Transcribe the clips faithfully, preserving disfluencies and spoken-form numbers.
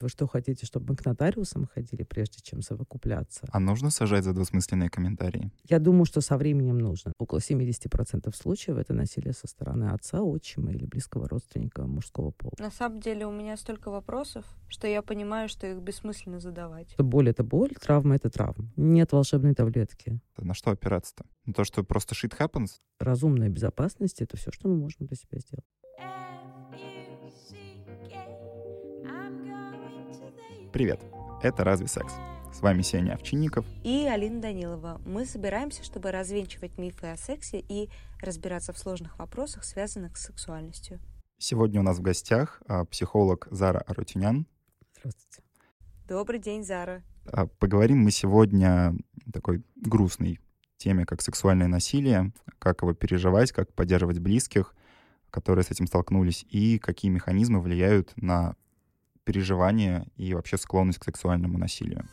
Вы что, хотите, чтобы мы к нотариусам ходили, прежде чем совокупляться? А нужно сажать за двусмысленные комментарии? Я думаю, что со временем нужно. Около семьдесят процентов случаев это насилие со стороны отца, отчима или близкого родственника мужского пола. На самом деле у меня столько вопросов, что я понимаю, что их бессмысленно задавать. Боль — это боль, травма — это травма. Нет волшебной таблетки. На что опираться-то? На то, что просто shit happens? Разумная безопасность — это все, что мы можем для себя сделать. Привет, это «Разве секс?». С вами Сеня Овчинников и Алина Данилова. Мы собираемся, чтобы развенчивать мифы о сексе и разбираться в сложных вопросах, связанных с сексуальностью. Сегодня у нас в гостях а, психолог Зара Арутюнян. Здравствуйте. Добрый день, Зара. А, поговорим мы сегодня о такой грустной теме, как сексуальное насилие, как его переживать, как поддерживать близких, которые с этим столкнулись, и какие механизмы влияют на переживание и вообще склонность к сексуальному насилию.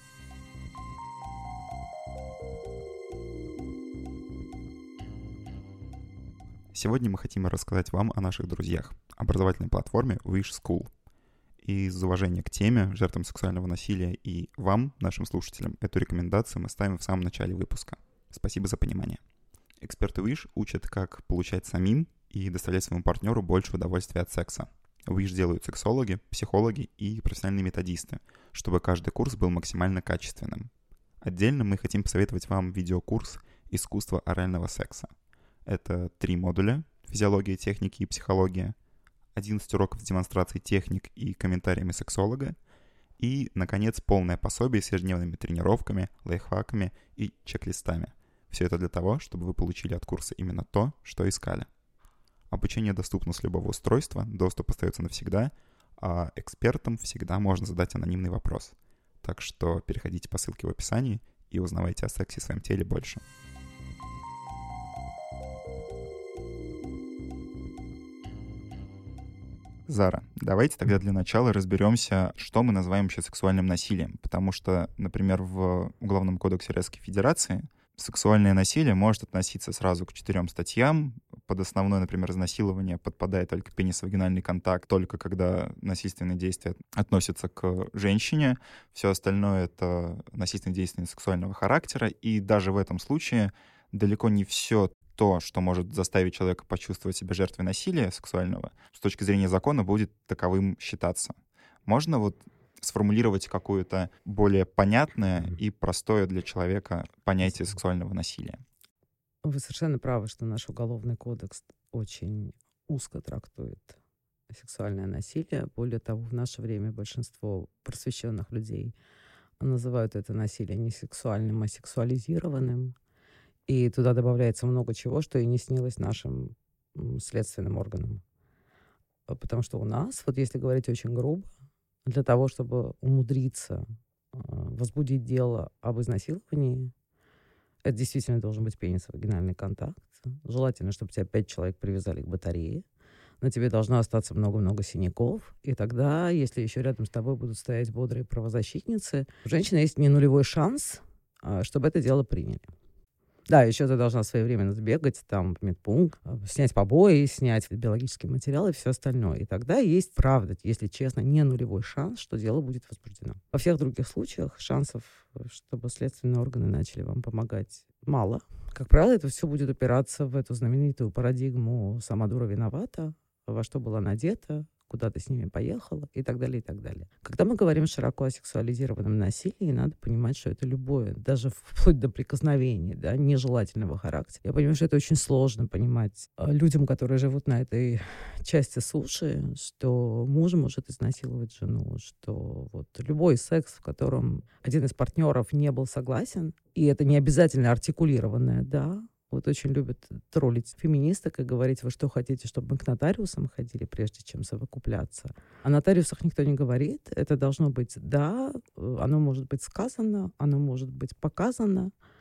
Сегодня мы хотим рассказать вам о наших друзьях, образовательной платформе Wish School. И из уважения к теме, жертвам сексуального насилия и вам, нашим слушателям, эту рекомендацию мы ставим в самом начале выпуска. Спасибо за понимание. Эксперты Wish учат, как получать самим и доставлять своему партнеру больше удовольствия от секса. Wish делают сексологи, психологи и профессиональные методисты, чтобы каждый курс был максимально качественным. Отдельно мы хотим посоветовать вам видеокурс «Искусство орального секса». Это три модуля — физиология, техники и психология, одиннадцать уроков с демонстрацией техник и комментариями сексолога и, наконец, полное пособие с ежедневными тренировками, лайфхаками и чек-листами. Все это для того, чтобы вы получили от курса именно то, что искали. Обучение доступно с любого устройства, доступ остается навсегда, а экспертам всегда можно задать анонимный вопрос. Так что переходите по ссылке в описании и узнавайте о сексе в своем теле больше. Зара, давайте тогда для начала разберемся, что мы называем вообще сексуальным насилием. Потому что, например, в Уголовном кодексе Российской Федерации сексуальное насилие может относиться сразу к четырем статьям. Под основное, например, изнасилование подпадает только пенис-вагинальный контакт, только когда насильственные действия относятся к женщине. Все остальное — это насильственные действия сексуального характера. И даже в этом случае далеко не все то, что может заставить человека почувствовать себя жертвой насилия сексуального, с точки зрения закона будет таковым считаться. Можно вот сформулировать какое-то более понятное и простое для человека понятие сексуального насилия? Вы совершенно правы, что наш уголовный кодекс очень узко трактует сексуальное насилие. Более того, в наше время большинство просвещенных людей называют это насилие не сексуальным, а сексуализированным. И туда добавляется много чего, что и не снилось нашим следственным органам. Потому что у нас, вот если говорить очень грубо, для того, чтобы умудриться э, возбудить дело об изнасиловании, это действительно должен быть пенис-вагинальный контакт. Желательно, чтобы тебя пять человек привязали к батарее. На тебе должно остаться много-много синяков. И тогда, если еще рядом с тобой будут стоять бодрые правозащитницы, у женщины есть не нулевой шанс, э, чтобы это дело приняли. Да, еще ты должна своевременно сбегать там, в медпункт, снять побои, снять биологический материал и все остальное. И тогда есть, правда, если честно, не нулевой шанс, что дело будет возбуждено. Во всех других случаях шансов, чтобы следственные органы начали вам помогать, мало. Как правило, это все будет упираться в эту знаменитую парадигму «сама дура виновата», во что была надета, куда ты с ними поехала и так далее, и так далее. Когда мы говорим широко о сексуализированном насилии, надо понимать, что это любое, даже вплоть до прикосновений, да, нежелательного характера. Я понимаю, что это очень сложно понимать людям, которые живут на этой части суши, что муж может изнасиловать жену, что вот любой секс, в котором один из партнеров не был согласен, и это не обязательно артикулированное «да». Вот очень любят троллить феминисток и говорить: вы что, хотите, чтобы мы к нотариусам ходили, прежде чем совокупляться? О нотариусах никто не говорит. Это должно быть «да», оно может быть сказано, оно может быть показано,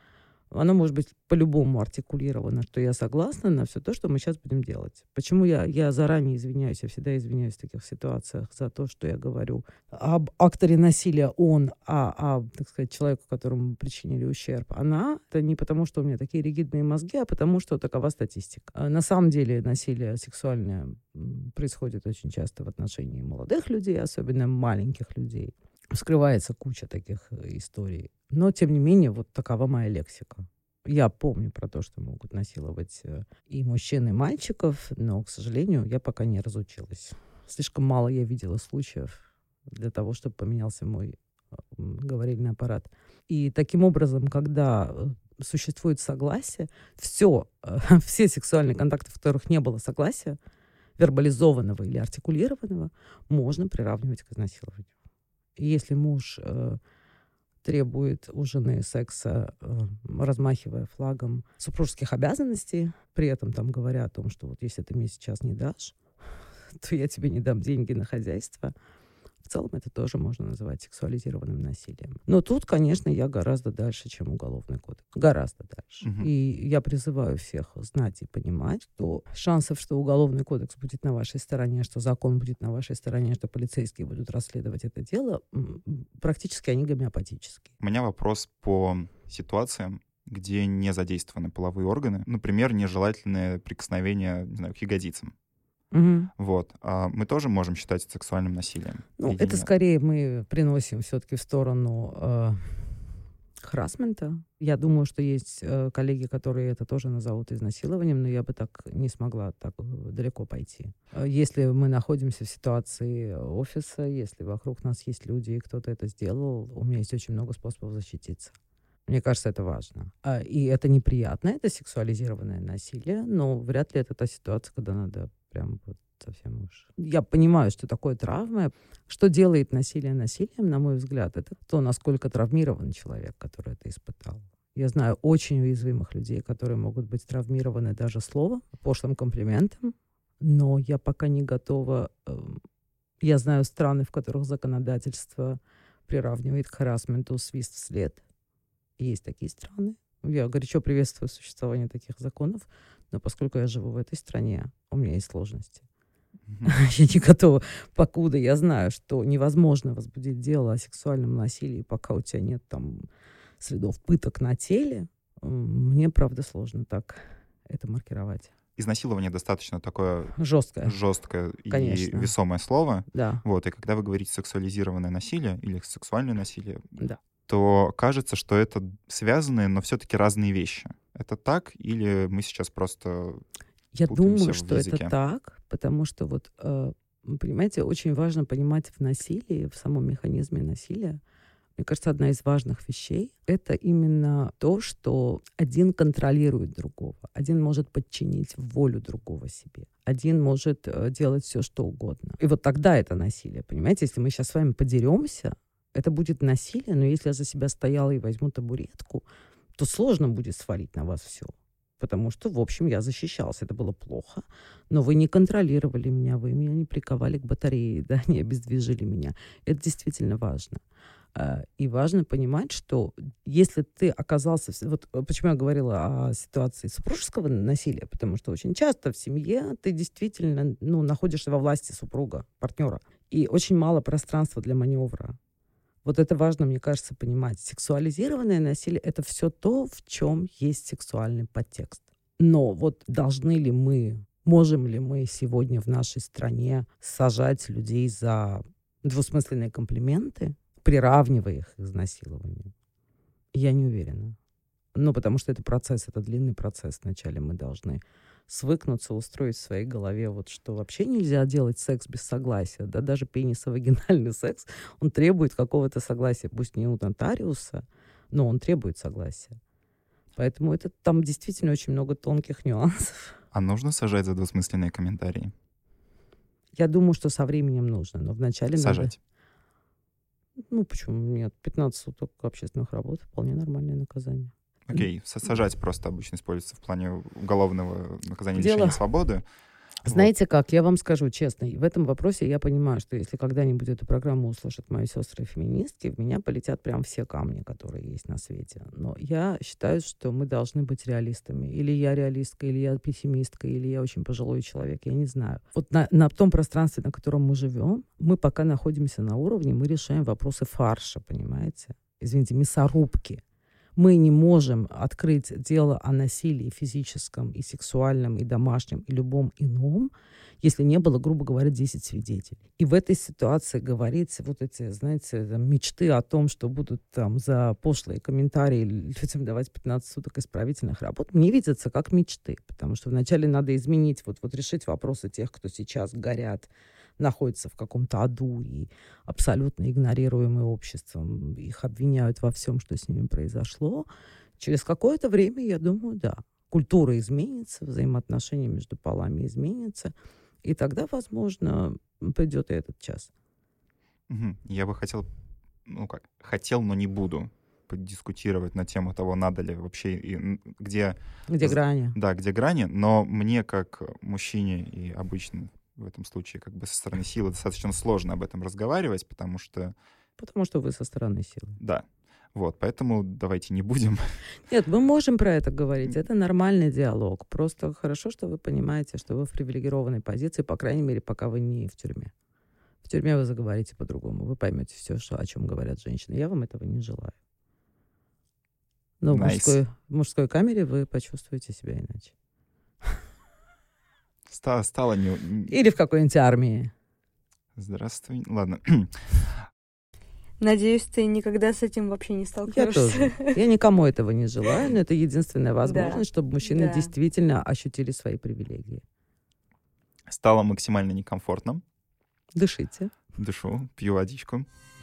Оно может быть по-любому артикулировано, что я согласна на все то, что мы сейчас будем делать. Почему я, я заранее извиняюсь, я всегда извиняюсь в таких ситуациях за то, что я говорю об акторе насилия он, а, а так сказать, человеку, которому причинили ущерб, она. Это не потому, что у меня такие ригидные мозги, а потому, что такова статистика. А на самом деле насилие сексуальное происходит очень часто в отношении молодых людей, особенно маленьких людей. Вскрывается куча таких историй. Но, тем не менее, вот такова моя лексика. Я помню про то, что могут насиловать и мужчин, и мальчиков, но, к сожалению, я пока не разучилась. Слишком мало я видела случаев для того, чтобы поменялся мой говорильный аппарат. И таким образом, когда существует согласие, все, все сексуальные контакты, в которых не было согласия, вербализованного или артикулированного, можно приравнивать к изнасилованию. И если муж э, требует у жены секса, э, размахивая флагом супружеских обязанностей, при этом там говоря о том, что вот если ты мне сейчас не дашь, то я тебе не дам деньги на хозяйство, в целом это тоже можно называть сексуализированным насилием. Но тут, конечно, я гораздо дальше, чем Уголовный кодекс. Гораздо дальше. Угу. И я призываю всех знать и понимать, что шансов, что Уголовный кодекс будет на вашей стороне, что закон будет на вашей стороне, что полицейские будут расследовать это дело, практически они гомеопатические. У меня вопрос по ситуациям, где не задействованы половые органы. Например, нежелательное прикосновение, не знаю, к ягодицам. Угу. Вот. А мы тоже можем считать это сексуальным насилием? Ну, это нет? Скорее мы приносим все-таки в сторону э, харассмента. Я думаю, что есть э, коллеги, которые это тоже назовут изнасилованием, но я бы так не смогла так далеко пойти. Если мы находимся в ситуации офиса, если вокруг нас есть люди, и кто-то это сделал, у меня есть очень много способов защититься. Мне кажется, это важно. И это неприятно, это сексуализированное насилие, но вряд ли это та ситуация, когда надо прям вот совсем уж... Я понимаю, что такое травма. Что делает насилие насилием, на мой взгляд, это то, насколько травмирован человек, который это испытал. Я знаю очень уязвимых людей, которые могут быть травмированы даже словом, пошлым комплиментом, но я пока не готова... Я знаю страны, в которых законодательство приравнивает к харассменту свист вслед. Есть такие страны. Я горячо приветствую существование таких законов, но поскольку я живу в этой стране, у меня есть сложности. Mm-hmm. Я не готова, покуда я знаю, что невозможно возбудить дело о сексуальном насилии, пока у тебя нет там следов пыток на теле. Мне, правда, сложно так это маркировать. Изнасилование достаточно такое жесткое, жесткое и весомое слово. Да. Вот, и когда вы говорите сексуализированное насилие или сексуальное насилие, да. то кажется, что это связанные, но все-таки разные вещи. Это так? Или мы сейчас просто Я думаю, что языке? Это так, потому что вот, э, понимаете, очень важно понимать в насилии, в самом механизме насилия. Мне кажется, одна из важных вещей — это именно то, что один контролирует другого, один может подчинить волю другого себе, один может э, делать все, что угодно. И вот тогда это насилие, понимаете? Если мы сейчас с вами подеремся, это будет насилие, но если я за себя стояла и возьму табуретку, то сложно будет свалить на вас все. Потому что, в общем, я защищался. Это было плохо. Но вы не контролировали меня, вы меня не приковали к батарее, да, не обездвижили меня. Это действительно важно. И важно понимать, что если ты оказался... Вот почему я говорила о ситуации супружеского насилия, потому что очень часто в семье ты действительно ну, находишься во власти супруга, партнера. И очень мало пространства для маневра. Вот это важно, мне кажется, понимать. Сексуализированное насилие — это все то, в чем есть сексуальный подтекст. Но вот должны ли мы, можем ли мы сегодня в нашей стране сажать людей за двусмысленные комплименты, приравнивая их к изнасилованию? Я не уверена. Ну, потому что это процесс, это длинный процесс. Вначале мы должны свыкнуться, устроить в своей голове, вот что вообще нельзя делать секс без согласия. Да, даже пенисовагинальный секс, он требует какого-то согласия. Пусть не у нотариуса, но он требует согласия. Поэтому это там действительно очень много тонких нюансов. А нужно сажать за двусмысленные комментарии? Я думаю, что со временем нужно, но вначале сажать. Надо... Ну, почему? Нет, пятнадцать суток общественных работ — вполне нормальное наказание. Окей, okay. Сажать просто обычно используется в плане уголовного наказания лишения свободы. Знаете как, я вам скажу честно, в этом вопросе я понимаю, что если когда-нибудь эту программу услышат мои сестры-феминистки, в меня полетят прям все камни, которые есть на свете. Но я считаю, что мы должны быть реалистами. Или я реалистка, или я пессимистка, или я очень пожилой человек, я не знаю. Вот на, на том пространстве, на котором мы живем, мы пока находимся на уровне, мы решаем вопросы фарша, понимаете? Извините, мясорубки. Мы не можем открыть дело о насилии физическом и сексуальном, и домашнем, и любом ином, если не было, грубо говоря, десять свидетелей. И в этой ситуации говорить вот эти, знаете, там, мечты о том, что будут там за пошлые комментарии людям давать пятнадцать суток исправительных работ, мне видятся как мечты. Потому что вначале надо изменить, вот, вот решить вопросы тех, кто сейчас горят, находятся в каком-то аду и абсолютно игнорируемые обществом, их обвиняют во всем, что с ними произошло. Через какое-то время, я думаю, да, культура изменится, взаимоотношения между полами изменятся, и тогда, возможно, придет и этот час. Угу. Я бы хотел, ну как, хотел, но не буду подискутировать на тему того, надо ли вообще, и где... Где грани. Да, где грани, но мне, как мужчине и обычно в этом случае как бы со стороны силы достаточно сложно об этом разговаривать, потому что... Потому что вы со стороны силы. Да. Вот, поэтому давайте не будем. Нет, мы можем про это говорить. Это нормальный диалог. Просто хорошо, что вы понимаете, что вы в привилегированной позиции, по крайней мере, пока вы не в тюрьме. В тюрьме вы заговорите по-другому. Вы поймете все, что, о чем говорят женщины. Я вам этого не желаю. Но nice. в, мужской, в мужской камере вы почувствуете себя иначе. Стало, стало не... Или в какой-нибудь армии. Здравствуй. Ладно. Надеюсь, ты никогда с этим вообще не столкнешься. Я тоже. Я никому этого не желаю, но это единственная возможность, да. чтобы мужчины да. действительно ощутили свои привилегии. Стало максимально некомфортно. Дышите. Дышу, пью водичку.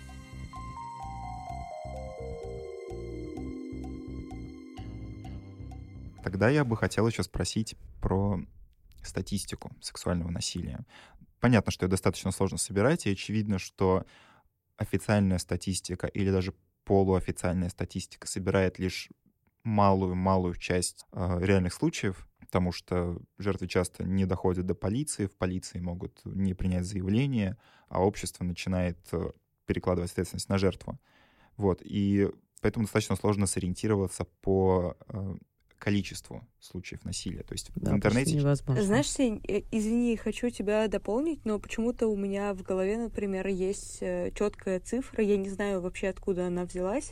Тогда я бы хотел еще спросить про статистику сексуального насилия. Понятно, что ее достаточно сложно собирать, и очевидно, что официальная статистика или даже полуофициальная статистика собирает лишь малую-малую часть э, реальных случаев, потому что жертвы часто не доходят до полиции, в полиции могут не принять заявление, а общество начинает э, перекладывать ответственность на жертву. Вот, и поэтому достаточно сложно сориентироваться по э, количеству случаев насилия. То есть да, в интернете... Знаешь, Сень, извини, хочу тебя дополнить, но почему-то у меня в голове, например, есть четкая цифра, я не знаю вообще, откуда она взялась,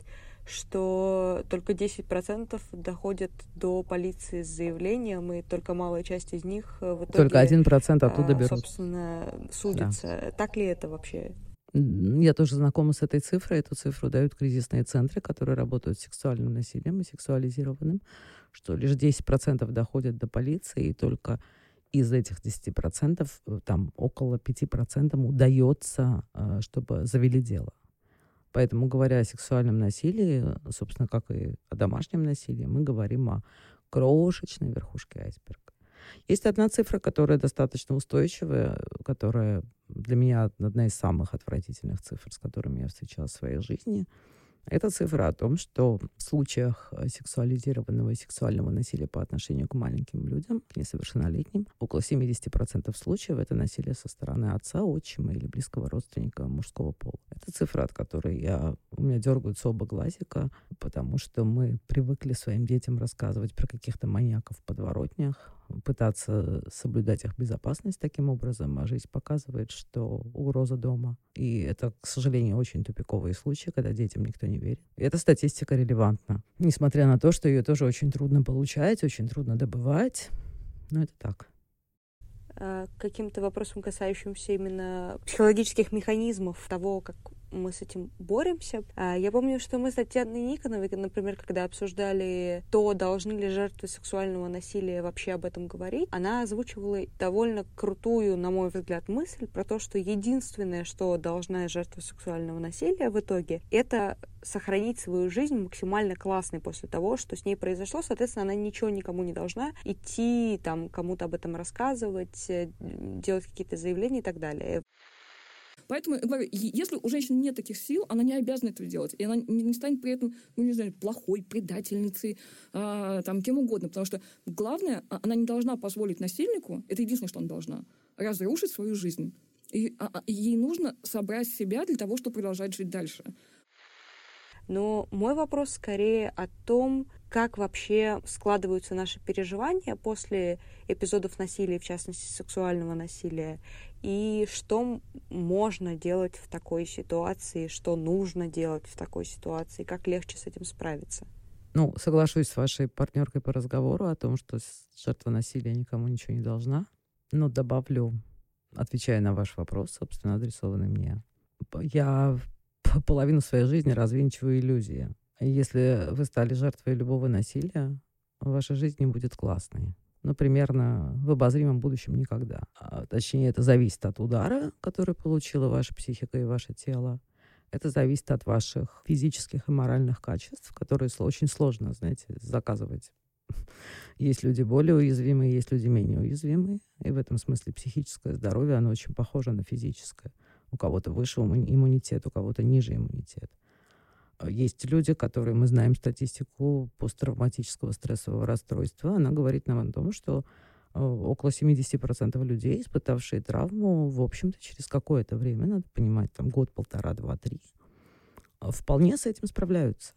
что только десять процентов доходят до полиции с заявлением, и только малая часть из них в итоге... Только один процент оттуда берут. Собственно, судится. Да. Так ли это вообще? Я тоже знакома с этой цифрой. Эту цифру дают кризисные центры, которые работают с сексуальным насилием и сексуализированным, что лишь десять процентов доходят до полиции, и только из этих десяти процентов там около пяти процентов удается, чтобы завели дело. Поэтому, говоря о сексуальном насилии, собственно, как и о домашнем насилии, мы говорим о крошечной верхушке айсберга. Есть одна цифра, которая достаточно устойчивая, которая для меня одна из самых отвратительных цифр, с которыми я встречалась в своей жизни. Это цифра о том, что в случаях сексуализированного и сексуального насилия по отношению к маленьким людям, несовершеннолетним, около семьдесят процентов случаев это насилие со стороны отца, отчима или близкого родственника мужского пола. Это цифра, от которой я, у меня дергаются оба глазика, потому что мы привыкли своим детям рассказывать про каких-то маньяков в подворотнях, пытаться соблюдать их безопасность таким образом, а жизнь показывает, что угроза дома. И это, к сожалению, очень тупиковые случаи, когда детям никто не верит. И эта статистика релевантна. Несмотря на то, что ее тоже очень трудно получать, очень трудно добывать. Но это так. А каким-то вопросом, касающимся именно психологических механизмов того, как мы с этим боремся. Я помню, что мы с Татьяной Никоновой, например, когда обсуждали то, должны ли жертвы сексуального насилия вообще об этом говорить, она озвучивала довольно крутую, на мой взгляд, мысль про то, что единственное, что должна жертва сексуального насилия в итоге, это сохранить свою жизнь максимально классной после того, что с ней произошло. Соответственно, она ничего никому не должна идти, там, кому-то об этом рассказывать, делать какие-то заявления и так далее. Поэтому, я говорю, если у женщины нет таких сил, она не обязана этого делать. И она не станет при этом, ну, не знаю, плохой, предательницей, а, там, кем угодно. Потому что главное, она не должна позволить насильнику, это единственное, что она должна, разрушить свою жизнь. И, а, ей нужно собрать себя для того, чтобы продолжать жить дальше. Но мой вопрос скорее о том, как вообще складываются наши переживания после эпизодов насилия, в частности, сексуального насилия, и что можно делать в такой ситуации, что нужно делать в такой ситуации, как легче с этим справиться. Ну, соглашусь с вашей партнеркой по разговору о том, что жертва насилия никому ничего не должна. Но добавлю, отвечая на ваш вопрос, собственно, адресованный мне. Я половину своей жизни развенчиваю иллюзии. Если вы стали жертвой любого насилия, ваша жизнь не будет классной. Ну, примерно в обозримом будущем никогда. А, точнее, это зависит от удара, который получила ваша психика и ваше тело. Это зависит от ваших физических и моральных качеств, которые очень сложно, знаете, заказывать. Есть люди более уязвимые, есть люди менее уязвимые. И в этом смысле психическое здоровье, оно очень похоже на физическое. У кого-то выше иммунитет, у кого-то ниже иммунитет. Есть люди, которые, мы знаем статистику посттравматического стрессового расстройства. Она говорит нам о том, что около семьдесят процентов людей, испытавшие травму, в общем-то, через какое-то время, надо понимать, там год, полтора, два, три, вполне с этим справляются.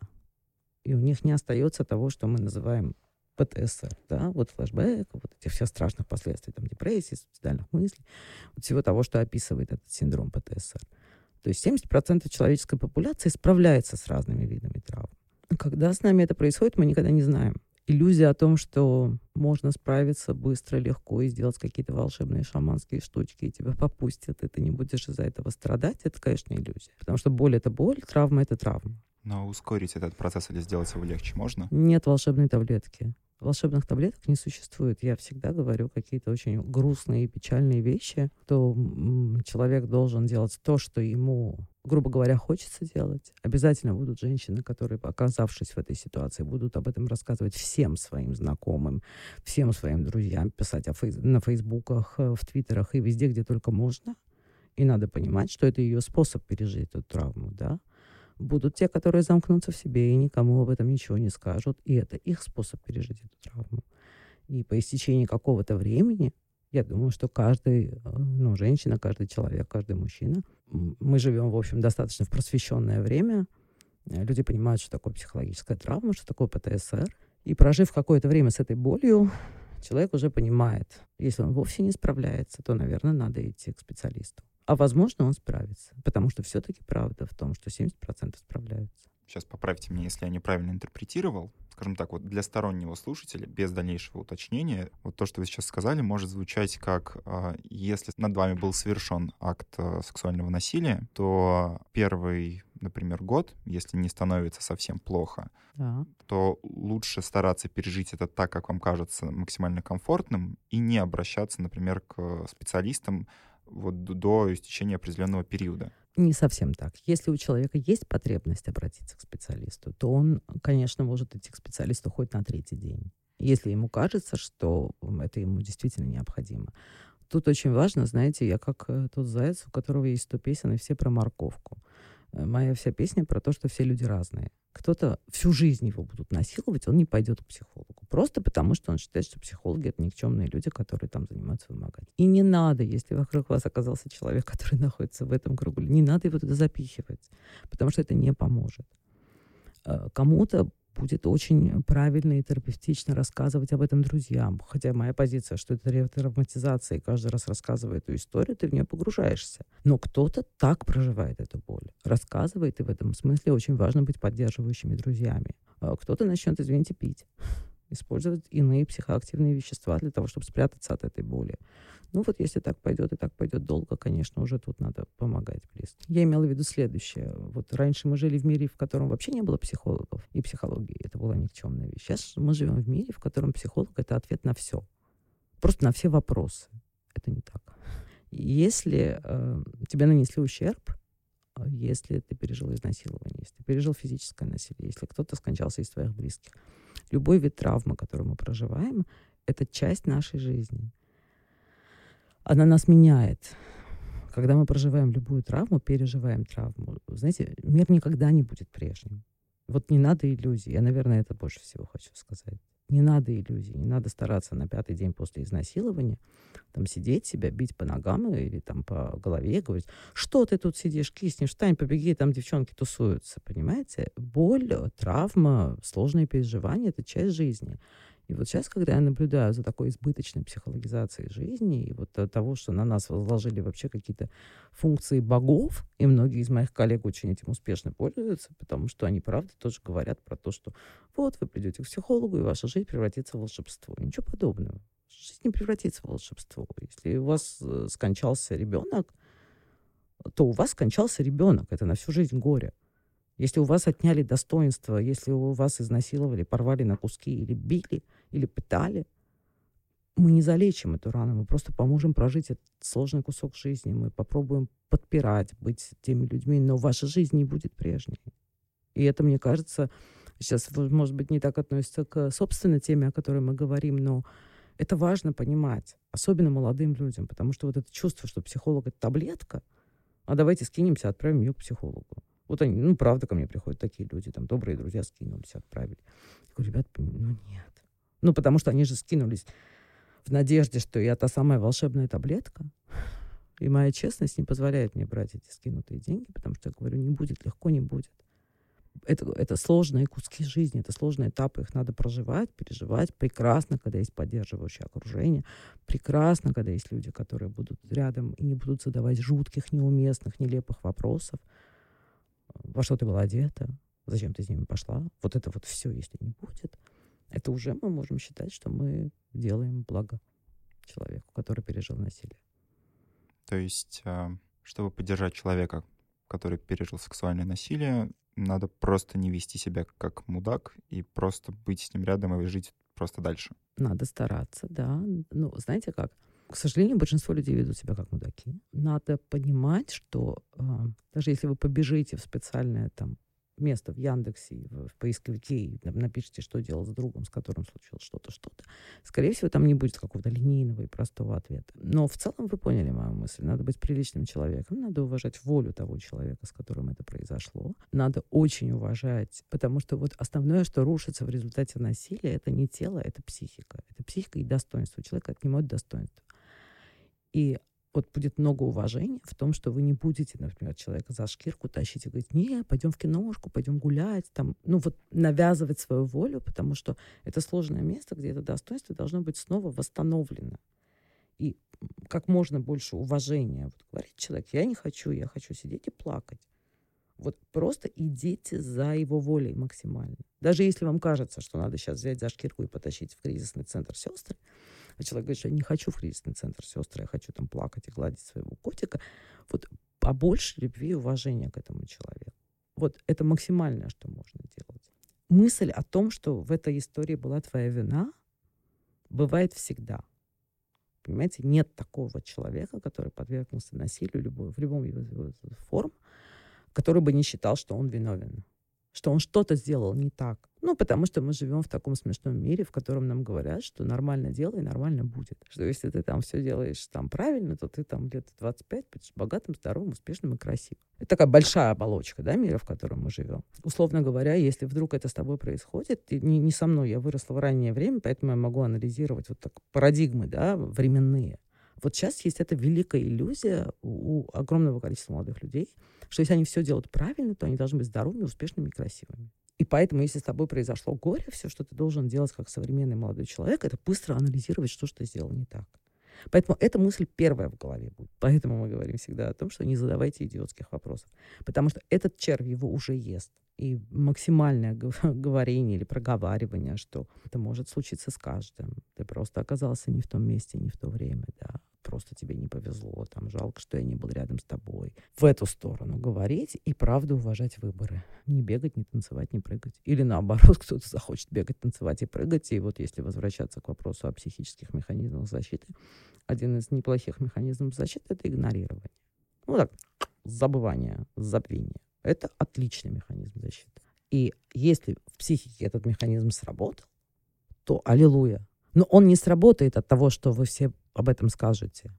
И у них не остается того, что мы называем пэ тэ эс эр, да, вот флешбэк, вот этих всех страшных последствий, там, депрессии, суицидальных мыслей, вот всего того, что описывает этот синдром пэ тэ эс эр. То есть семьдесят процентов человеческой популяции справляется с разными видами травм. Когда с нами это происходит, мы никогда не знаем. Иллюзия о том, что можно справиться быстро, легко и сделать какие-то волшебные шаманские штучки, и тебя попустят, и ты не будешь из-за этого страдать, это, конечно, иллюзия. Потому что боль — это боль, травма — это травма. Но ускорить этот процесс или сделать его легче можно? Нет волшебной таблетки. Волшебных таблеток не существует. Я всегда говорю какие-то очень грустные и печальные вещи, что м, человек должен делать то, что ему, грубо говоря, хочется делать. Обязательно будут женщины, которые, оказавшись в этой ситуации, будут об этом рассказывать всем своим знакомым, всем своим друзьям, писать о фейс- на фейсбуках, в твиттерах и везде, где только можно. И надо понимать, что это ее способ пережить эту травму, да. Будут те, которые замкнутся в себе и никому об этом ничего не скажут. И это их способ пережить эту травму. И по истечении какого-то времени, я думаю, что каждый, ну, женщина, каждый человек, каждый мужчина, мы живем, в общем, достаточно в просвещенное время. Люди понимают, что такое психологическая травма, что такое пэ тэ эс эр. И прожив какое-то время с этой болью, человек уже понимает, если он вовсе не справляется, то, наверное, надо идти к специалисту. А возможно, он справится. Потому что все-таки правда в том, что семьдесят процентов справляются. Сейчас поправьте меня, если я неправильно интерпретировал. Скажем так, вот для стороннего слушателя, без дальнейшего уточнения, вот то, что вы сейчас сказали, может звучать как, если над вами был совершен акт сексуального насилия, то первый, например, год, если не становится совсем плохо, Да. то лучше стараться пережить это так, как вам кажется максимально комфортным, и не обращаться, например, к специалистам вот до истечения определенного периода. Не совсем так. Если у человека есть потребность обратиться к специалисту, то он, конечно, может идти к специалисту хоть на третий день, если ему кажется, что это ему действительно необходимо. Тут очень важно, знаете, я как тот заяц, у которого есть сто песен, и все про морковку. Моя вся песня про то, что все люди разные. Кто-то всю жизнь его будут насиловать, он не пойдет к психологу. Просто потому, что он считает, что психологи — это никчемные люди, которые там занимаются вымогательством. И не надо, если вокруг вас оказался человек, который находится в этом кругу, не надо его туда запихивать, потому что это не поможет. Кому-то будет очень правильно и терапевтично рассказывать об этом друзьям. Хотя моя позиция, что это ретравматизация, и каждый раз рассказывая эту историю, ты в нее погружаешься. Но кто-то так проживает эту боль. Рассказывает, и в этом смысле очень важно быть поддерживающими друзьями. А кто-то начнет, извините, пить. Использовать иные психоактивные вещества для того, чтобы спрятаться от этой боли. Ну вот если так пойдет и так пойдет долго, конечно, уже тут надо помогать близким. Я имела в виду следующее. Вот раньше мы жили в мире, в котором вообще не было психологов и психологии. Это была никчемная вещь. Сейчас мы живем в мире, в котором психолог — это ответ на все. Просто на все вопросы. Это не так. Если э, тебе нанесли ущерб, если ты пережил изнасилование, если ты пережил физическое насилие, если кто-то скончался из твоих близких, любой вид травмы, которую мы проживаем, это часть нашей жизни. Она нас меняет. когда мы проживаем любую травму, переживаем травму, знаете, мир никогда не будет прежним. Вот не надо иллюзий. Я, наверное, это больше всего хочу сказать. Не надо иллюзий. Не надо стараться на пятый день после изнасилования там сидеть себя, бить по ногам или там по голове и говорить: что ты тут сидишь, киснешь, встань, побеги, там девчонки тусуются. Понимаете? Боль, травма, сложные переживания — это часть жизни. И вот сейчас, когда я наблюдаю за такой избыточной психологизацией жизни и вот того, что на нас возложили вообще какие-то функции богов, и многие из моих коллег очень этим успешно пользуются, потому что они, правда, тоже говорят про то, что вот вы придете к психологу, и ваша жизнь превратится в волшебство. Ничего подобного. Жизнь не превратится в волшебство. Если у вас э, скончался ребенок, то у вас скончался ребенок. Это на всю жизнь горе. Если у вас отняли достоинство, если у вас изнасиловали, порвали на куски или били, или пытали, мы не залечим эту рану, мы просто поможем прожить этот сложный кусок жизни, мы попробуем подпирать, быть теми людьми, но ваша жизнь не будет прежней. И это, мне кажется, сейчас, может быть, не так относится к собственной теме, о которой мы говорим, но это важно понимать, особенно молодым людям, потому что вот это чувство, что психолог — это таблетка, а давайте скинемся, отправим ее к психологу. Вот они, ну, правда, ко мне приходят такие люди, там, добрые друзья скинулись, отправили. Я говорю: ребят, ну, нет. Ну, потому что они же скинулись в надежде, что я та самая волшебная таблетка. И моя честность не позволяет мне брать эти скинутые деньги, потому что я говорю: не будет, легко не будет. Это, это сложные куски жизни, это сложные этапы, их надо проживать, переживать. Прекрасно, когда есть поддерживающее окружение. Прекрасно, когда есть люди, которые будут рядом и не будут задавать жутких, неуместных, нелепых вопросов. Во что ты была одета? Зачем ты с ними пошла? Вот это вот все, если не будет, это уже мы можем считать, что мы делаем благо человеку, который пережил насилие. То есть, чтобы поддержать человека, который пережил сексуальное насилие, надо просто не вести себя как мудак и просто быть с ним рядом и жить просто дальше. Надо стараться, да. Ну, знаете как? К сожалению, большинство людей ведут себя как мудаки. Надо понимать, что э, даже если вы побежите в специальное там место в Яндексе, в, в поисковике и напишите, что делать с другом, с которым случилось что-то, что-то, скорее всего, там не будет какого-то линейного и простого ответа. Но в целом вы поняли мою мысль. Надо быть приличным человеком, надо уважать волю того человека, с которым это произошло. Надо очень уважать, потому что вот основное, что рушится в результате насилия, это не тело, это психика. Это психика и достоинство. Человека отнимают достоинство. И вот будет много уважения в том, что вы не будете, например, человека за шкирку тащить и говорить: не, пойдем в киношку, пойдем гулять, там, ну вот навязывать свою волю, потому что это сложное место, где это достоинство должно быть снова восстановлено. И как можно больше уважения. Вот говорит человек: я не хочу, я хочу сидеть и плакать. Вот просто идите за его волей максимально. Даже если вам кажется, что надо сейчас взять за шкирку и потащить в кризисный центр сестры, а человек говорит, что я не хочу в кризисный центр сестры, я хочу там плакать и гладить своего котика, вот побольше любви и уважения к этому человеку. Вот это максимальное, что можно делать. Мысль о том, что в этой истории была твоя вина, бывает всегда. Понимаете, нет такого человека, который подвергнулся насилию любой, в любом его форме, который бы не считал, что он виновен, что он что-то сделал не так. Ну, потому что мы живем в таком смешном мире, в котором нам говорят, что нормально делай, нормально будет. Что если ты там все делаешь там правильно, то ты там лет двадцать пять будешь богатым, здоровым, успешным и красивым. Это такая большая оболочка, да, мира, в котором мы живем. Условно говоря, если вдруг это с тобой происходит, и не, не со мной, я выросла в раннее время, поэтому я могу анализировать вот так парадигмы, да, временные. Вот сейчас есть эта великая иллюзия у, у огромного количества молодых людей, что если они все делают правильно, то они должны быть здоровыми, успешными и красивыми. И поэтому, если с тобой произошло горе, все, что ты должен делать как современный молодой человек, это быстро анализировать, что, что ты сделал не так. Поэтому эта мысль первая в голове будет. Поэтому мы говорим всегда о том, что не задавайте идиотских вопросов. Потому что этот червь его уже ест. И максимальное говорение или проговаривание, что это может случиться с каждым. Ты просто оказался не в том месте, не в то время, да. Просто тебе не повезло, там, жалко, что я не был рядом с тобой. В эту сторону говорить и правда уважать выборы. Не бегать, не танцевать, не прыгать. Или наоборот, кто-то захочет бегать, танцевать и прыгать. И вот если возвращаться к вопросу о психических механизмах защиты, один из неплохих механизмов защиты — это игнорирование. Ну так, забывание, забвение. Это отличный механизм защиты. И если в психике этот механизм сработал, то аллилуйя. Но он не сработает от того, что вы все об этом скажете.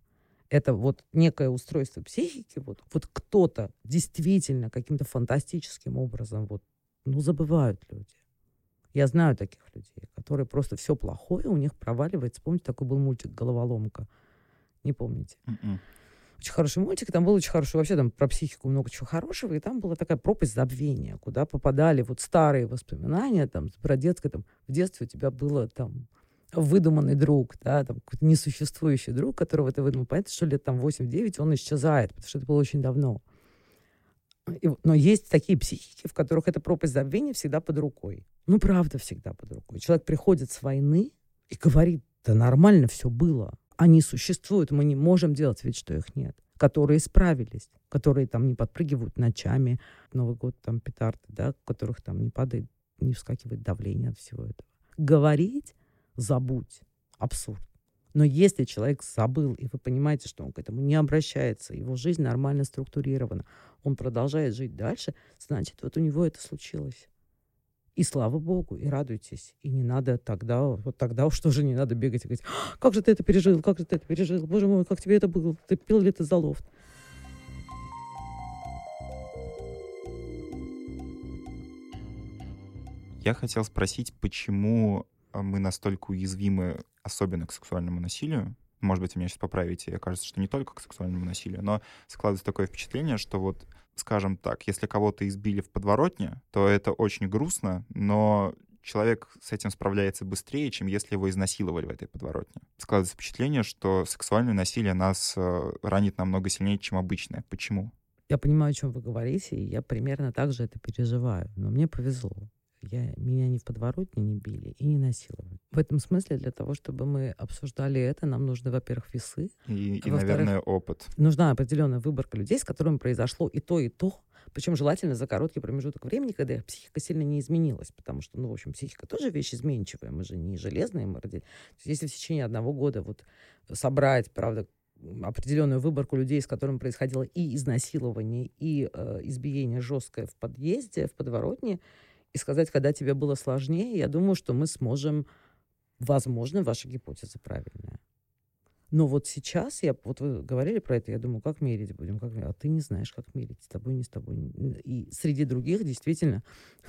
Это вот некое устройство психики. Вот, вот кто-то действительно каким-то фантастическим образом вот, ну, забывают люди. Я знаю таких людей, которые просто все плохое у них проваливается. Помните, такой был мультик «Головоломка»? Не помните? Mm-mm. Очень хороший мультик, там был очень хороший, вообще там про психику много чего хорошего, и там была такая пропасть забвения, куда попадали вот старые воспоминания, там, про детское, там, в детстве у тебя было там выдуманный друг, да, там, какой-то несуществующий друг, которого ты выдумал. Понятно, что лет там восемь-девять он исчезает, потому что это было очень давно. И, но есть такие психики, в которых эта пропасть забвения всегда под рукой. Ну, правда, всегда под рукой. Человек приходит с войны и говорит, да нормально все было. Они существуют, мы не можем делать вид, что их нет. Которые справились, которые там не подпрыгивают ночами, Новый год, там, петарды, да, у которых там не падает, не вскакивает давление от всего этого. Говорить забудь. Абсурд. Но если человек забыл, и вы понимаете, что он к этому не обращается, его жизнь нормально структурирована, он продолжает жить дальше, значит, вот у него это случилось. И слава Богу, и радуйтесь. И не надо тогда, вот тогда уж тоже не надо бегать и говорить, как же ты это пережил, как же ты это пережил, боже мой, как тебе это было, ты пил ли ты за лофт? Я хотел спросить, почему мы настолько уязвимы, особенно к сексуальному насилию. Может быть, вы меня сейчас поправите, кажется, что не только к сексуальному насилию, но складывается такое впечатление, что вот, скажем так, если кого-то избили в подворотне, то это очень грустно, но человек с этим справляется быстрее, чем если его изнасиловали в этой подворотне. Складывается впечатление, что сексуальное насилие нас э, ранит намного сильнее, чем обычное. Почему? Я понимаю, о чем вы говорите, и я примерно так же это переживаю. Но мне повезло. Я, меня ни в подворотне не били и не насиловали. В этом смысле для того, чтобы мы обсуждали это, нам нужны, во-первых, весы. И, и наверное, опыт. Нужна определенная выборка людей, с которыми произошло и то, и то. Причем желательно за короткий промежуток времени, когда их психика сильно не изменилась. Потому что, ну, в общем, психика тоже вещь изменчивая. Мы же не железные, мы родили. То есть, если в течение одного года вот собрать, правда, определенную выборку людей, с которыми происходило и изнасилование, и э, избиение жесткое в подъезде, в подворотне, и сказать, когда тебе было сложнее, я думаю, что мы сможем, возможно, ваша гипотеза правильная. Но вот сейчас, я, вот вы говорили про это, я думаю, как мерить будем, как мерить? А ты не знаешь, как мерить, с тобой, не с тобой. И среди других, действительно,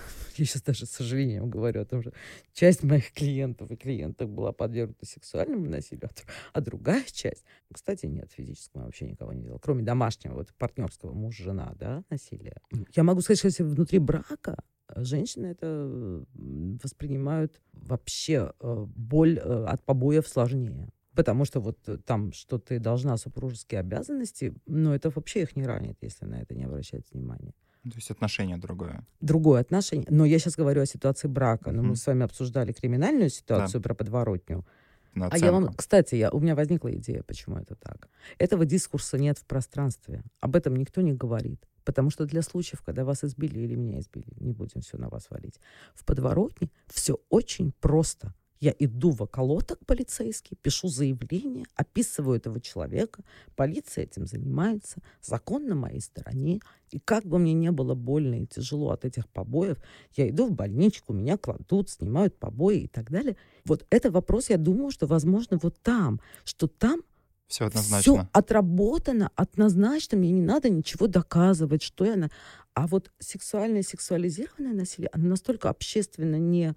я сейчас даже с сожалением говорю о том, что часть моих клиентов и клиенток была подвергнута сексуальному насилию, а другая часть, кстати, нет, физического вообще никого не делала, кроме домашнего, вот партнерского, муж-жена, да, насилия. Я могу сказать, что если внутри брака, женщины это воспринимают вообще боль от побоев сложнее. Потому что вот там, что ты должна супружеские обязанности, ну, это вообще их не ранит, если на это не обращать внимания. То есть отношение другое. Другое отношение. Но я сейчас говорю о ситуации брака. Но Mm-hmm. мы с вами обсуждали криминальную ситуацию, да, про подворотню. На а я вам, кстати, я, у меня возникла идея, почему это так. Этого дискурса нет в пространстве. Об этом никто не говорит. Потому что для случаев, когда вас избили или меня избили, не будем все на вас валить, в подворотне все очень просто. Я иду в околоток полицейский, пишу заявление, описываю этого человека, полиция этим занимается, закон на моей стороне, и как бы мне не было больно и тяжело от этих побоев, я иду в больничку, меня кладут, снимают побои и так далее. Вот это вопрос, я думаю, что, возможно, вот там, что там все однозначно. Все отработано, однозначно, мне не надо ничего доказывать, что я... На... А вот сексуальное, сексуализированное насилие, оно настолько общественно не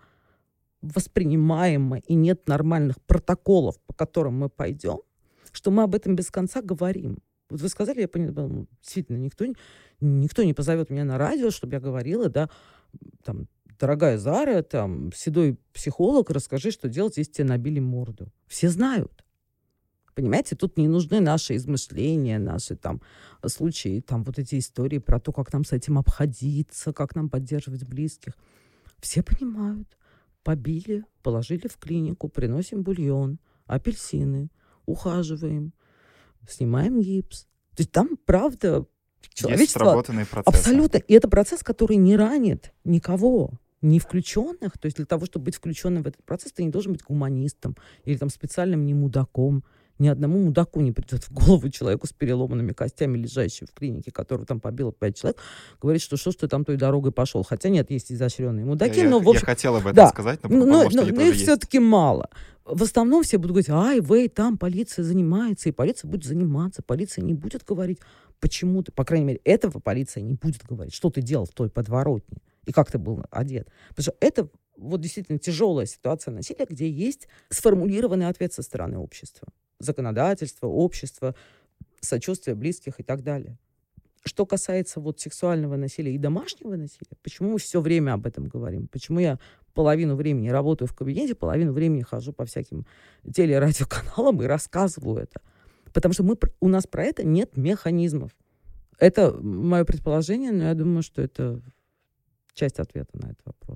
воспринимаемо, и нет нормальных протоколов, по которым мы пойдем, что мы об этом без конца говорим. Вот вы сказали, я поняла, действительно, никто, никто не позовет меня на радио, чтобы я говорила, да, там, дорогая Зара, там, седой психолог, расскажи, что делать, если тебе набили морду. Все знают. Понимаете, тут не нужны наши измышления, наши там случаи, там вот эти истории про то, как нам с этим обходиться, как нам поддерживать близких. Все понимают. Побили, положили в клинику, приносим бульон, апельсины, ухаживаем, снимаем гипс. То есть там, правда, человечество... Есть сработанные процессы. Абсолютно. И это процесс, который не ранит никого, не включенных. То есть для того, чтобы быть включенным в этот процесс, ты не должен быть гуманистом или там специальным немудаком. Ни одному мудаку не придет в голову человеку с переломанными костями, лежащему в клинике, который там побило пять человек, говорит, что что ж ты там той дорогой пошел. Хотя нет, есть изощренные мудаки, я, но я, в общем... Я хотела об этом да. сказать, но но, подумала, но, что но, их но их есть. все-таки мало. В основном все будут говорить, ай, вей, там полиция занимается, и полиция будет заниматься, полиция не будет говорить, почему ты, по крайней мере, этого полиция не будет говорить, что ты делал в той подворотне, и как ты был одет. Потому что это вот действительно тяжелая ситуация насилия, где есть сформулированный ответ со стороны общества. Законодательства, общества, сочувствия близких и так далее. Что касается вот сексуального насилия и домашнего насилия, почему мы все время об этом говорим? Почему я половину времени работаю в кабинете, половину времени хожу по всяким теле- и радиоканалам и рассказываю это? Потому что мы, у нас про это нет механизмов. Это мое предположение, но я думаю, что это часть ответа на этот вопрос.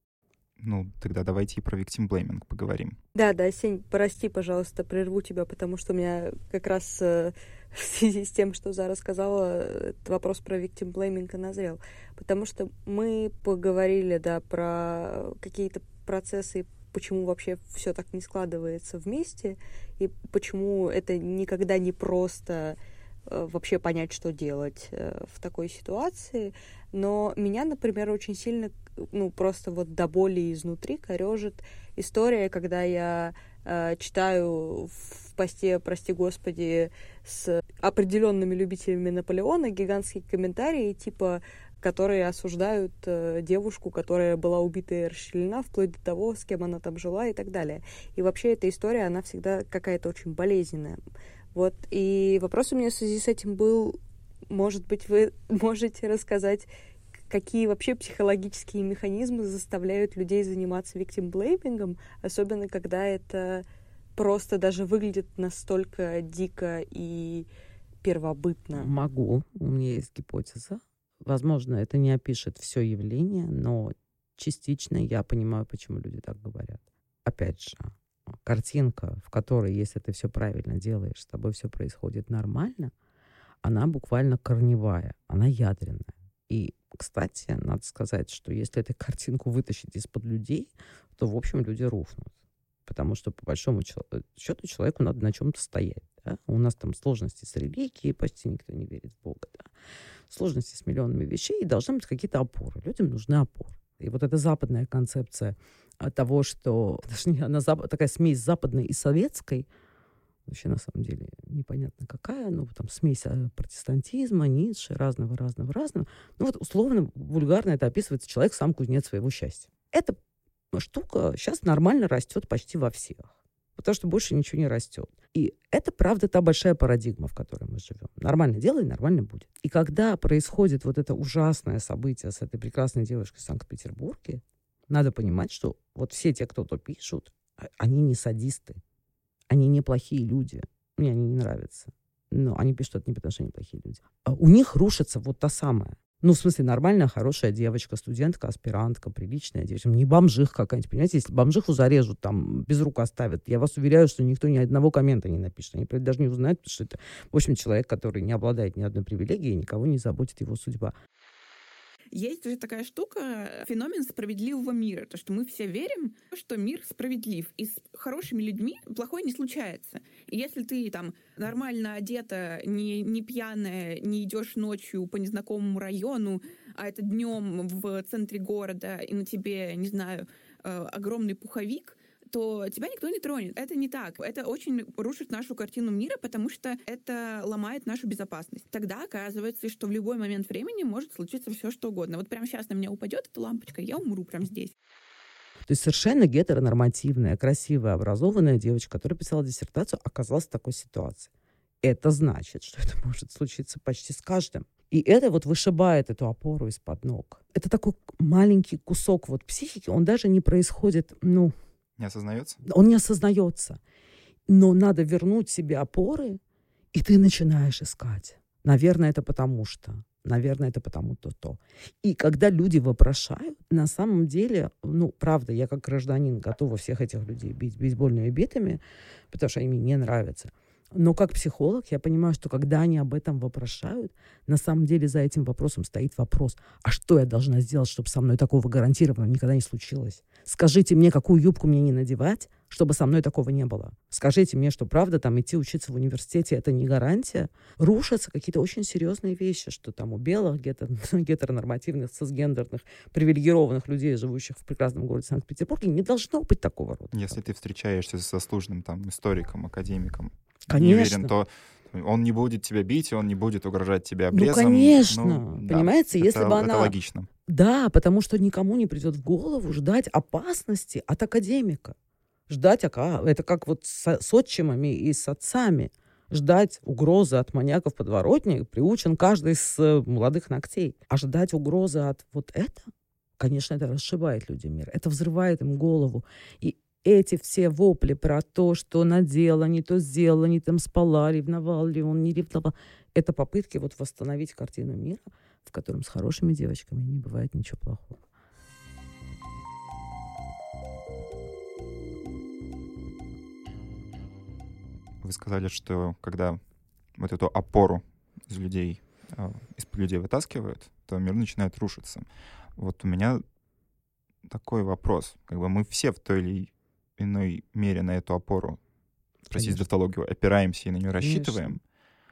Ну, тогда давайте и про victim-blaming поговорим. Да, да, Сень, прости, пожалуйста, прерву тебя, потому что у меня как раз э, в связи с тем, что Зара сказала, этот вопрос про victim-blaming назрел. Потому что мы поговорили, да, про какие-то процессы, почему вообще все так не складывается вместе, и почему это никогда не просто э, вообще понять, что делать э, в такой ситуации. Но меня, например, очень сильно, ну, просто вот до боли изнутри корежит история, когда я э, читаю в посте, прости господи, с определенными любителями Наполеона гигантские комментарии, типа, которые осуждают э, девушку, которая была убита и расчленена, вплоть до того, с кем она там жила и так далее. И вообще эта история, она всегда какая-то очень болезненная. Вот, и вопрос у меня в связи с этим был, может быть, вы можете рассказать, какие вообще психологические механизмы заставляют людей заниматься victim-blaming, особенно когда это просто даже выглядит настолько дико и первобытно? Могу. У меня есть гипотеза. Возможно, это не опишет все явление, но частично я понимаю, почему люди так говорят. Опять же, картинка, в которой, если ты все правильно делаешь, с тобой все происходит нормально, она буквально корневая, она ядерная. И, кстати, надо сказать, что если эту картинку вытащить из-под людей, то, в общем, люди рухнут. Потому что, по большому счету, человеку надо на чем-то стоять. Да? У нас там сложности с религией, почти никто не верит в Бога. Да? Сложности с миллионами вещей, и должны быть какие-то опоры. Людям нужны опоры. И вот эта западная концепция того, что даже не, она зап... такая смесь западной и советской, вообще, на самом деле, непонятно какая, ну, там, смесь протестантизма, Ницше, разного-разного-разного. Ну, вот, условно, вульгарно это описывается: человек сам кузнец своего счастья. Эта штука сейчас нормально растет почти во всех, потому что больше ничего не растет. И это, правда, та большая парадигма, в которой мы живем. Нормально делай, нормально будет. И когда происходит вот это ужасное событие с этой прекрасной девушкой в Санкт-Петербурге, надо понимать, что вот все те, кто то пишут, они не садисты. Они неплохие люди. Мне они не нравятся. Но они пишут это не потому, что они плохие люди. А у них рушится вот та самая. Ну, в смысле, нормальная, хорошая девочка, студентка, аспирантка, приличная девочка. Не бомжих какая-нибудь, понимаете? Если бомжиху зарежут, там, без рук оставят, я вас уверяю, что никто ни одного коммента не напишет. Они даже не узнают, потому что это, в общем, человек, который не обладает ни одной привилегией, никого не заботит его судьба. Есть же такая штука, феномен справедливого мира. То, что мы все верим, что мир справедлив. И с хорошими людьми плохое не случается. И если ты там нормально одета, не, не пьяная, не идешь ночью по незнакомому району, а это днем в центре города, и на тебе, не знаю, огромный пуховик, то тебя никто не тронет. Это не так. Это очень рушит нашу картину мира, потому что это ломает нашу безопасность. Тогда оказывается, что в любой момент времени может случиться все, что угодно. Вот прямо сейчас на меня упадет эта лампочка, я умру прямо здесь. То есть совершенно гетеронормативная, красивая, образованная девочка, которая писала диссертацию, оказалась в такой ситуации. Это значит, что это может случиться почти с каждым. И это вот вышибает эту опору из-под ног. Это такой маленький кусок вот психики, он даже не происходит, ну... Не осознается? Он не осознается. Но надо вернуть себе опоры, и ты начинаешь искать. Наверное, это потому что. Наверное, это потому-то то. И когда люди вопрошают, на самом деле, ну, правда, я как гражданин готова всех этих людей бить бейсбольными битами, потому что они мне не нравятся. Но как психолог я понимаю, что когда они об этом вопрошают, на самом деле за этим вопросом стоит вопрос, а что я должна сделать, чтобы со мной такого гарантированно никогда не случилось? Скажите мне, какую юбку мне не надевать, чтобы со мной такого не было? Скажите мне, что правда там идти учиться в университете это не гарантия? Рушатся какие-то очень серьезные вещи, что там у белых, гетер, гетеронормативных, цисгендерных, привилегированных людей, живущих в прекрасном городе Санкт-Петербурге, не должно быть такого рода. Если ты встречаешься с заслуженным там историком, академиком, Конечно. не уверен, то он не будет тебя бить, он не будет угрожать тебе обрезом. Ну, конечно. Ну, Понимаете, да, если это, бы она... Это логично. Да, потому что никому не придет в голову ждать опасности от академика. Ждать, а это как вот с, с отчимами и с отцами. Ждать угрозы от маньяков подворотни приучен каждый с молодых ногтей. А ждать угрозы от вот это, конечно, это расшибает людям мир. Это взрывает им голову. И эти все вопли про то, что надела, не то сделала, не там спала, ревновал ли он, не ревновал, это попытки вот восстановить картину мира, в котором с хорошими девочками не бывает ничего плохого. Вы сказали, что когда вот эту опору из людей, из людей вытаскивают, то мир начинает рушиться. Вот у меня такой вопрос. Как бы мы все в той или иной мере на эту опору, простите за тавтологию, опираемся и на нее рассчитываем.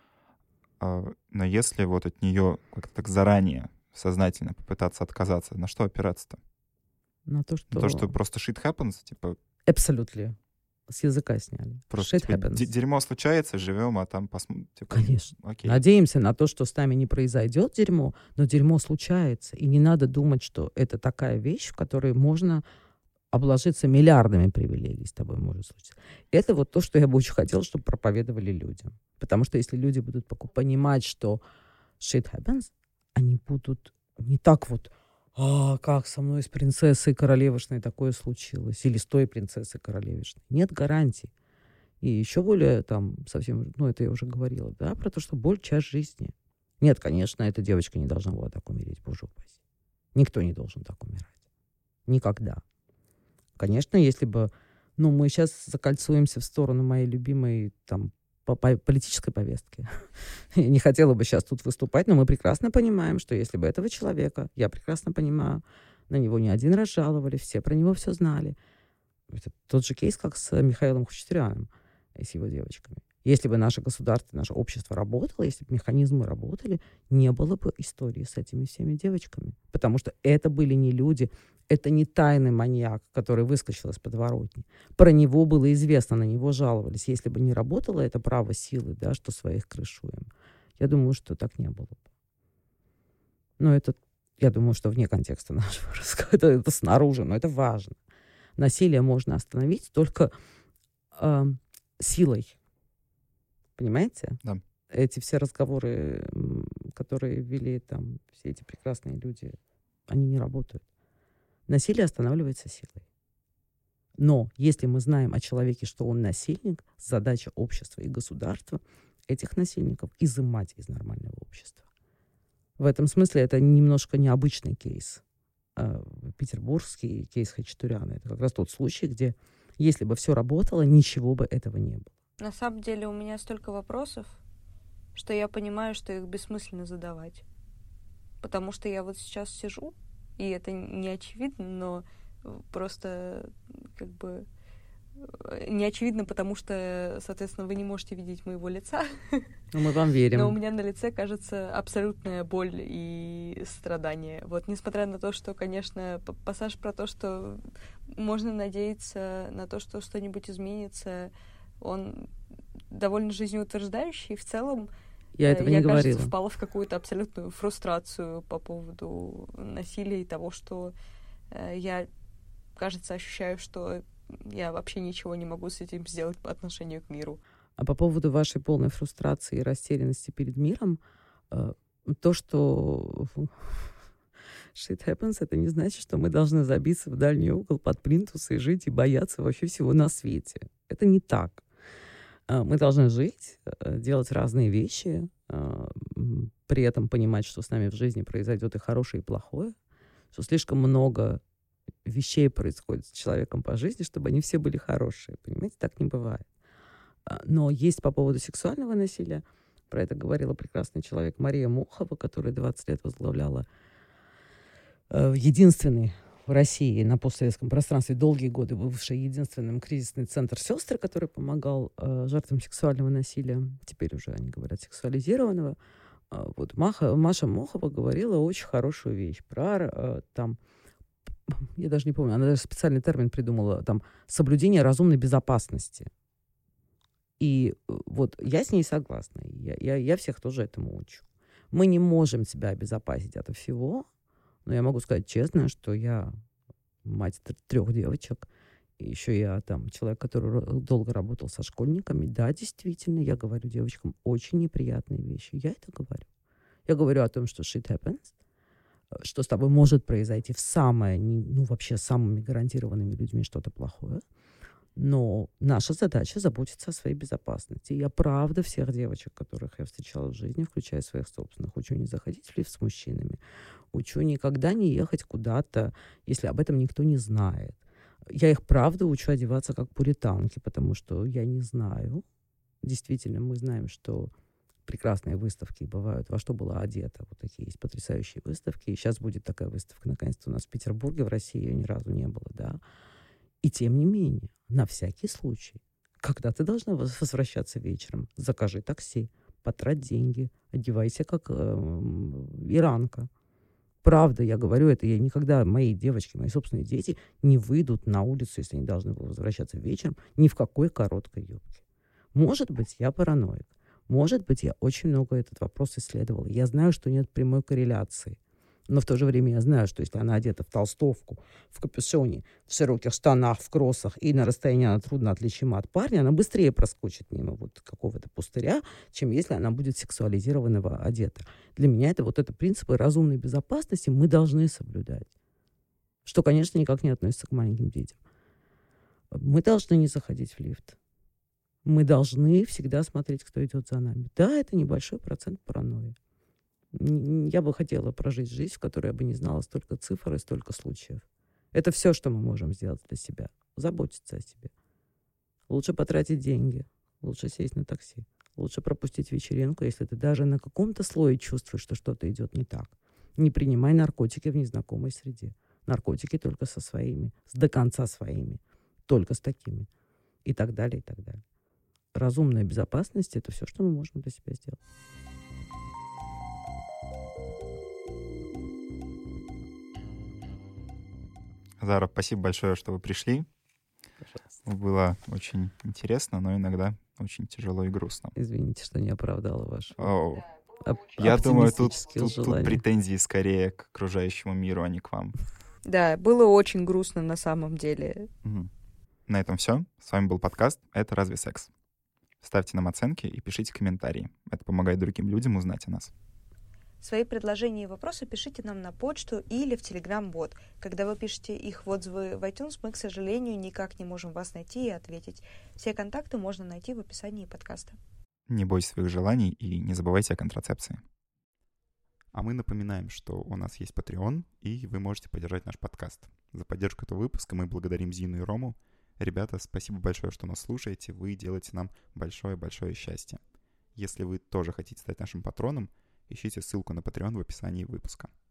А, но если вот от нее как-то так заранее, сознательно попытаться отказаться, на что опираться-то? На то, что... На то, что просто shit happens, типа... Абсолютно. С языка сняли. Просто shit типа, happens. Дерьмо случается, живем, а там посмотрим. Типа, конечно. Окей. Надеемся на то, что с нами не произойдет дерьмо, но дерьмо случается. И не надо думать, что это такая вещь, в которой можно обложиться миллиардами привилегий с тобой может случиться. Это вот то, что я бы очень хотела, чтобы проповедовали людям. Потому что если люди будут понимать, что shit happens, они будут не так вот, а как со мной с принцессой королевишной такое случилось, или с той принцессой королевишной. Нет гарантий. И еще более там совсем, ну это я уже говорила, да, про то, что боль — часть жизни. Нет, конечно, эта девочка не должна была так умереть, боже упаси. Никто не должен так умирать. Никогда. Конечно, если бы... Ну, мы сейчас закольцуемся в сторону моей любимой там, по, по политической повестки. Я не хотела бы сейчас тут выступать, но мы прекрасно понимаем, что если бы этого человека, я прекрасно понимаю, на него не один раз жаловали, все про него все знали. Это тот же кейс, как с Михаилом Хачатуряном и с его девочками. Если бы наше государство, наше общество работало, если бы механизмы работали, не было бы истории с этими всеми девочками. Потому что это были не люди, это не тайный маньяк, который выскочил из подворотни. Про него было известно, на него жаловались. Если бы не работало это право силы, да, что своих крышуем, я думаю, что так не было бы. Но это, я думаю, что вне контекста нашего рассказа, это, это снаружи, но это важно. Насилие можно остановить только э, силой. Понимаете? Да. Эти все разговоры, которые вели там все эти прекрасные люди, они не работают. Насилие останавливается силой. Но если мы знаем о человеке, что он насильник, задача общества и государства этих насильников изымать из нормального общества. В этом смысле это немножко необычный кейс. Петербургский кейс Хачатуряна. Это как раз тот случай, где если бы все работало, ничего бы этого не было. На самом деле у меня столько вопросов, что я понимаю, что их бессмысленно задавать. Потому что я вот сейчас сижу, и это не очевидно, но просто как бы не очевидно, потому что, соответственно, вы не можете видеть моего лица. Но мы вам верим. Но у меня на лице, кажется, абсолютная боль и страдание. Вот, несмотря на то, что, конечно, пассаж про то, что можно надеяться на то, что что-нибудь изменится, он довольно жизнеутверждающий. В целом, я, этого я не кажется, говорила. впала в какую-то абсолютную фрустрацию по поводу насилия и того, что я, кажется, ощущаю, что я вообще ничего не могу с этим сделать по отношению к миру. А по поводу вашей полной фрустрации и растерянности перед миром, то, что shit happens, это не значит, что мы должны забиться в дальний угол под плинтус и жить и бояться вообще всего на свете. Это не так. Мы должны жить, делать разные вещи, при этом понимать, что с нами в жизни произойдет и хорошее, и плохое, что слишком много вещей происходит с человеком по жизни, чтобы они все были хорошие. Понимаете, так не бывает. Но есть по поводу сексуального насилия, про это говорила прекрасный человек Мария Мохова, которая двадцать лет возглавляла э, единственный в России на постсоветском пространстве долгие годы бывший единственным кризисный центр «Сестры», который помогал э, жертвам сексуального насилия. Теперь уже они говорят сексуализированного. Э, вот Маха, Маша Мохова говорила очень хорошую вещь про э, там, я даже не помню, она даже специальный термин придумала, там, соблюдение разумной безопасности. И вот я с ней согласна. Я, я, я всех тоже этому учу. Мы не можем себя обезопасить от всего, но я могу сказать честно, что я мать трех девочек, и еще я там человек, который долго работал со школьниками. Да, действительно, я говорю девочкам очень неприятные вещи. Я это говорю. Я говорю о том, что shit happens, что с тобой может произойти в самое, ну, вообще с самыми гарантированными людьми что-то плохое. Но наша задача заботиться о своей безопасности. Я правда всех девочек, которых я встречала в жизни, включая своих собственных, учу не заходить в лифт с мужчинами. Учу никогда не ехать куда-то, если об этом никто не знает. Я их правда учу одеваться как пуританки, потому что я не знаю. Действительно, мы знаем, что прекрасные выставки бывают, во что была одета. Вот такие есть потрясающие выставки. И сейчас будет такая выставка, наконец-то, у нас в Петербурге, в России ее ни разу не было, да. И тем не менее, на всякий случай, когда ты должна возвращаться вечером, закажи такси, потрать деньги, одевайся как э, иранка. Правда, я говорю это, я никогда, мои девочки, мои собственные дети не выйдут на улицу, если они должны возвращаться вечером, ни в какой короткой юбке. Может быть, я параноик. Может быть, я очень много этот вопрос исследовала. Я знаю, что нет прямой корреляции. Но в то же время я знаю, что если она одета в толстовку, в капюшоне, в широких штанах, в кроссах, и на расстоянии она трудно отличима от парня, она быстрее проскочит мимо вот какого-то пустыря, чем если она будет сексуализированного одета. Для меня это вот это принципы разумной безопасности мы должны соблюдать. Что, конечно, никак не относится к маленьким детям. Мы должны не заходить в лифт. Мы должны всегда смотреть, кто идет за нами. Да, это небольшой процент паранойи. Я бы хотела прожить жизнь, в которой я бы не знала столько цифр и столько случаев. Это все, что мы можем сделать для себя. Заботиться о себе. Лучше потратить деньги. Лучше сесть на такси. Лучше пропустить вечеринку, если ты даже на каком-то слое чувствуешь, что что-то идет не так. Не принимай наркотики в незнакомой среде. Наркотики только со своими. До конца своими. Только с такими. И так далее, и так далее. Разумная безопасность — это все, что мы можем для себя сделать. Зара, спасибо большое, что вы пришли. Пожалуйста. Было очень интересно, но иногда очень тяжело и грустно. Извините, что не оправдала вашу. О, оп- Я думаю, тут, тут, тут претензии скорее к окружающему миру, а не к вам. Да, было очень грустно на самом деле. Угу. На этом все. С вами был подкаст «Это разве секс?». Ставьте нам оценки и пишите комментарии. Это помогает другим людям узнать о нас. Свои предложения и вопросы пишите нам на почту или в Telegram-бот. Когда вы пишете их в отзывы в iTunes, мы, к сожалению, никак не можем вас найти и ответить. Все контакты можно найти в описании подкаста. Не бойтесь своих желаний и не забывайте о контрацепции. А мы напоминаем, что у нас есть Patreon, и вы можете поддержать наш подкаст. За поддержку этого выпуска мы благодарим Зину и Рому. Ребята, спасибо большое, что нас слушаете. Вы делаете нам большое-большое счастье. Если вы тоже хотите стать нашим патроном, ищите ссылку на Patreon в описании выпуска.